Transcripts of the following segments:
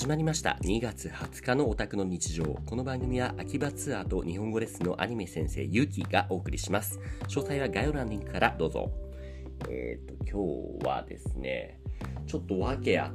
始まりました。2月20日のオタクの日常。この番組は秋葉ツアーと日本語レッスンのアニメ先生ゆきがお送りします。詳細は概要欄のリンクからどうぞ。今日はですね、ちょっと訳あって、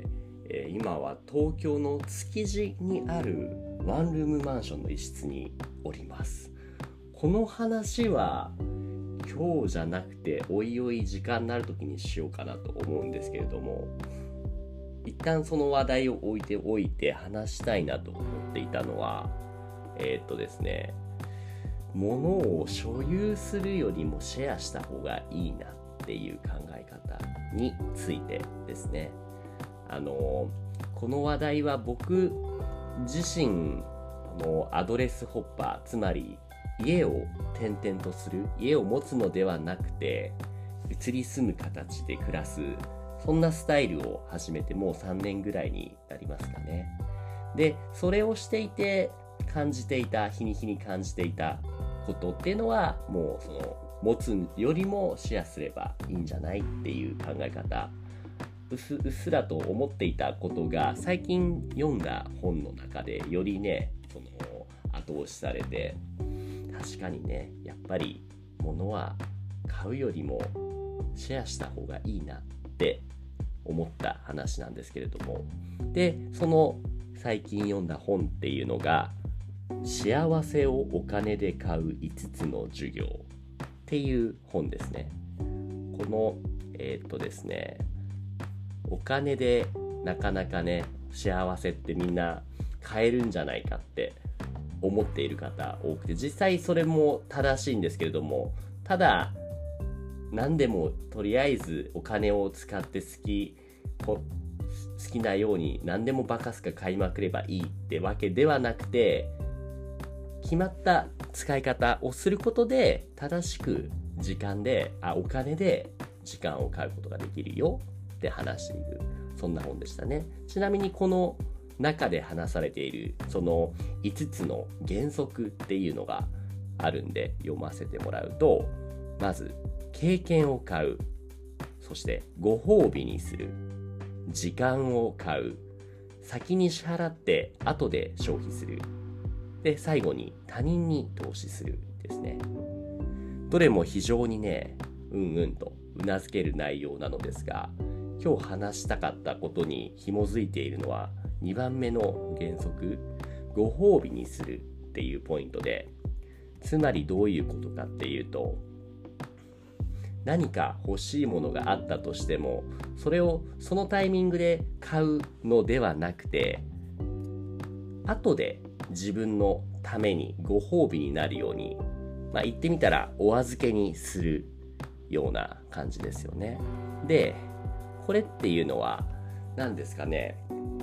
今は東京の築地にあるワンルームマンションの一室におります。この話は今日じゃなくておいおい時間になる時にしようかなと思うんですけれども、一旦その話題を置いておいて話したいなと思っていたのはですね、物を所有するよりもシェアした方がいいなっていう考え方についてですね。この話題は僕自身アドレスホッパー、つまり家を転々とする、家を持つのではなくて移り住む形で暮らす、そんなスタイルを始めてもう3年ぐらいになりますかね。で、それをしていて日に日に感じていたことっていうのは、もうその持つよりもシェアすればいいんじゃないっていう考え方、うっすらと思っていたことが最近読んだ本の中でよりね、後押しされて、確かにね、やっぱり物は買うよりもシェアした方がいいなって思った話なんですけれども、で、その最近読んだ本っていうのが幸せをお金で買う5つの授業っていう本ですね。このですね、お金でなかなかね、幸せってみんな買えるんじゃないかって思っている方多くて、実際それも正しいんですけれども、ただ何でもとりあえずお金を使って好きなように何でもバカすか買いまくればいいってわけではなくて、決まった使い方をすることで正しくお金で時間を買うことができるよって話している、そんな本でしたね。ちなみにこの中で話されているその5つの原則っていうのがあるんで読ませてもらうと、まず経験を買う、そしてご褒美にする、時間を買う、先に支払って後で消費する、で最後に他人に投資するですね。どれも非常にね、とうなずける内容なのですが、今日話したかったことに紐づいているのは2番目の原則、ご褒美にするっていうポイントで、つまりどういうことかっていうと、何か欲しいものがあったとしても、それをそのタイミングで買うのではなくて、後で自分のためにご褒美になるように、言ってみたらお預けにするような感じですよね。で、これっていうのは何ですかね。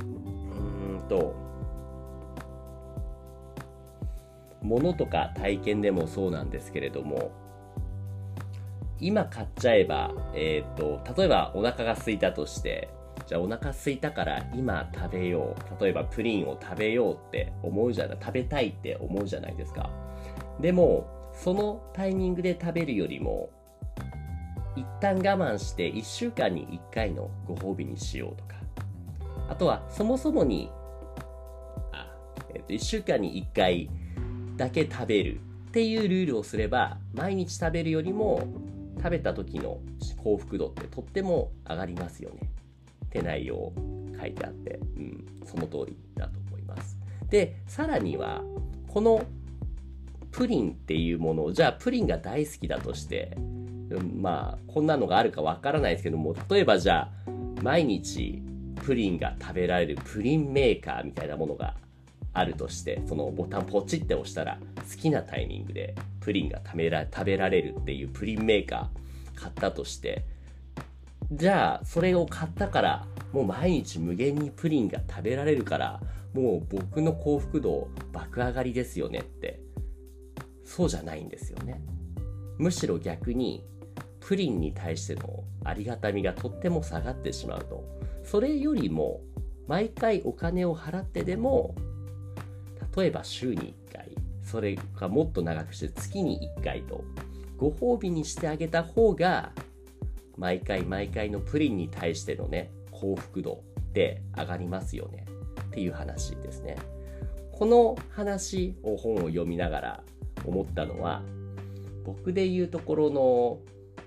物とか体験でもそうなんですけれども、今買っちゃえば、例えばお腹が空いたとして、じゃあお腹空いたから今食べよう。例えばプリンを食べようって食べたいって思うじゃないですか。でも、そのタイミングで食べるよりも、一旦我慢して1週間に1回のご褒美にしようとか、あとはそもそもに、1週間に1回だけ食べるっていうルールをすれば、毎日食べるよりも食べた時の幸福度ってとっても上がりますよねって内容を書いてあって、その通りだと思います。で、さらにはこのプリンっていうものを、じゃあプリンが大好きだとして、こんなのがあるかわからないですけども、例えばじゃあ毎日プリンが食べられるプリンメーカーみたいなものがあるとして、そのボタンポチって押したら好きなタイミングでプリンが食べられるっていうプリンメーカー買ったとして、じゃあそれを買ったからもう毎日無限にプリンが食べられるから、もう僕の幸福度爆上がりですよねって、そうじゃないんですよね。むしろ逆にプリンに対してのありがたみがとっても下がってしまうと、それよりも毎回お金を払ってでも、例えば週に1回、それかもっと長くして月に1回とご褒美にしてあげた方が、毎回のプリンに対してのね、幸福度って上がりますよね。 っていう話ですね。この話を本を読みながら思ったのは、僕で言うところの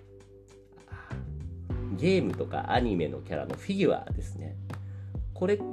ゲームとかアニメのキャラのフィギュアですね。これって、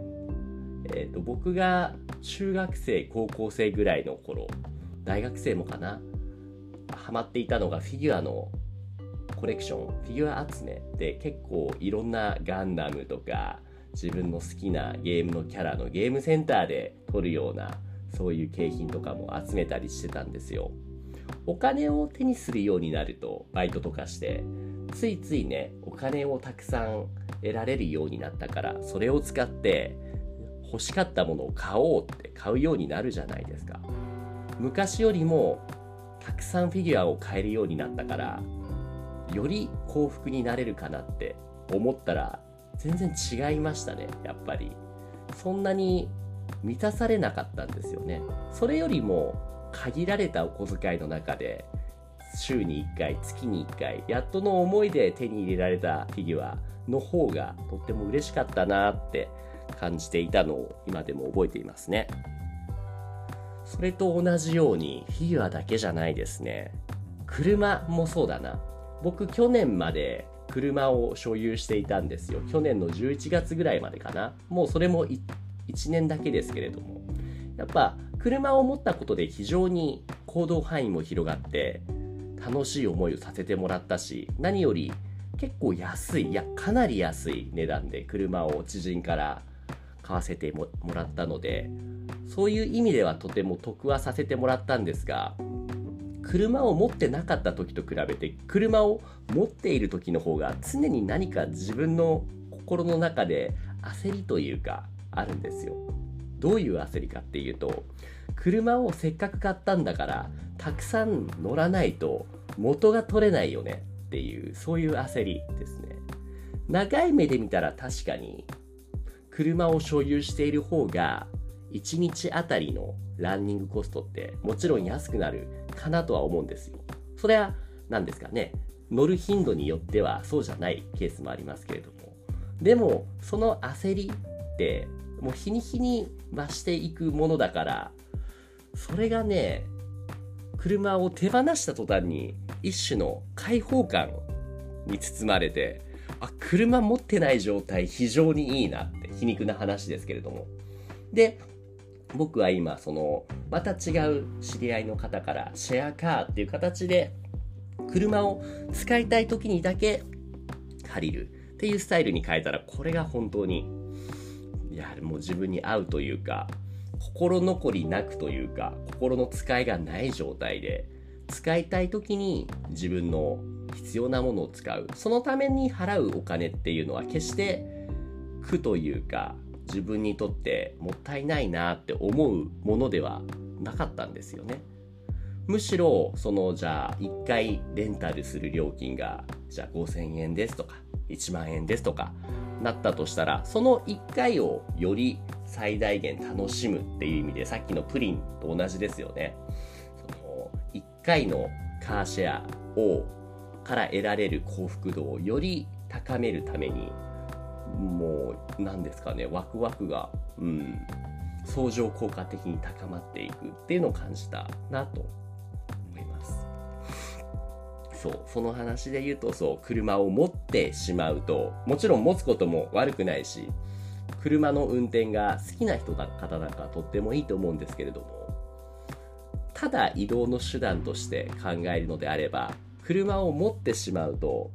僕が中学生高校生ぐらいの頃、大学生もかな、ハマっていたのがフィギュアのコレクション、フィギュア集めで、結構いろんなガンダムとか自分の好きなゲームのキャラのゲームセンターで撮るような、そういう景品とかも集めたりしてたんですよ。お金を手にするようになると、バイトとかしてついついね、お金をたくさん得られるようになったから、それを使って欲しかったものを買おうって買うようになるじゃないですか。昔よりもたくさんフィギュアを買えるようになったから、より幸福になれるかなって思ったら、全然違いましたね。やっぱりそんなに満たされなかったんですよね。それよりも限られたお小遣いの中で、週に1回、月に1回、やっとの思いで手に入れられたフィギュアの方がとっても嬉しかったなって感じていたのを今でも覚えていますね。それと同じようにフィギュアだけじゃないですね。車もそうだな。僕去年まで車を所有していたんですよ。去年の11月ぐらいまでかな。もうそれも1年だけですけれども、やっぱ車を持ったことで非常に行動範囲も広がって楽しい思いをさせてもらったし、何より結構安い、いやかなり安い値段で車を知人から買わせてもらったので、そういう意味ではとても得はさせてもらったんですが、車を持ってなかった時と比べて、車を持っている時の方が常に何か自分の心の中で焦りというかあるんですよ。どういう焦りかっていうと、車をせっかく買ったんだからたくさん乗らないと元が取れないよねっていう、そういう焦りですね。長い目で見たら確かに車を所有している方が1日あたりのランニングコストってもちろん安くなるかなとは思うんですよ。それは何ですかね、乗る頻度によってはそうじゃないケースもありますけれども、でもその焦りってもう日に日に増していくものだから、それがね、車を手放した途端に一種の解放感に包まれて、車持ってない状態非常にいいなって、皮肉な話ですけれども。で、僕は今また違う知り合いの方からシェアカーっていう形で車を使いたい時にだけ借りるっていうスタイルに変えたら、これが本当にもう自分に合うというか、心残りなくというか、心の使いがない状態で、使いたい時に自分の必要なものを使う、そのために払うお金っていうのは決して苦というか、自分にとってもったいないなって思うものではなかったんですよね。むしろじゃあ1回レンタルする料金がじゃあ5000円ですとか1万円ですとかなったとしたら、その1回をより最大限楽しむっていう意味で、さっきのプリンと同じですよね。1回のカーシェアから得られる幸福度をより高めるために、もう何ですかね、ワクワクが相乗効果的に高まっていくっていうのを感じたなと思います。その話で言うと、車を持ってしまうと、もちろん持つことも悪くないし、車の運転が好きな方なんかとってもいいと思うんですけれども、ただ移動の手段として考えるのであれば、車を持ってしまうと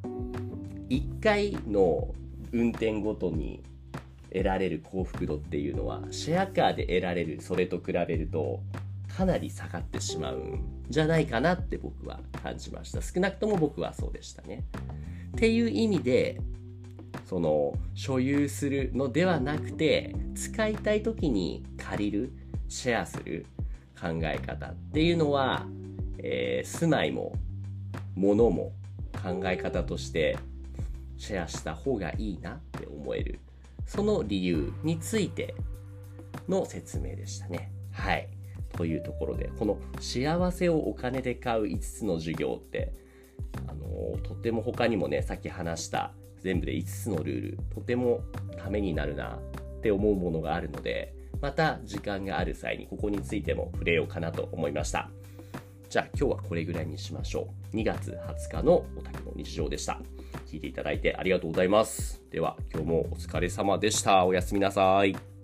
1回の運転ごとに得られる幸福度っていうのは、シェアカーで得られるそれと比べるとかなり下がってしまうんじゃないかなって僕は感じました。少なくとも僕はそうでしたね。っていう意味で、所有するのではなくて、使いたい時に借りる、シェアする考え方っていうのは、住まいも物も考え方としてシェアした方がいいなって思える、その理由についての説明でしたね。はい。というところで、この幸せをお金で買う5つの授業って、とても他にもね、さっき話した全部で5つのルール、とてもためになるなっって思うものがあるので、また時間がある際にここについても触れようかなと思いました。じゃあ今日はこれぐらいにしましょう。2月20日のオタクの日常でした。聞いていただいてありがとうございます。では今日もお疲れ様でした。おやすみなさい。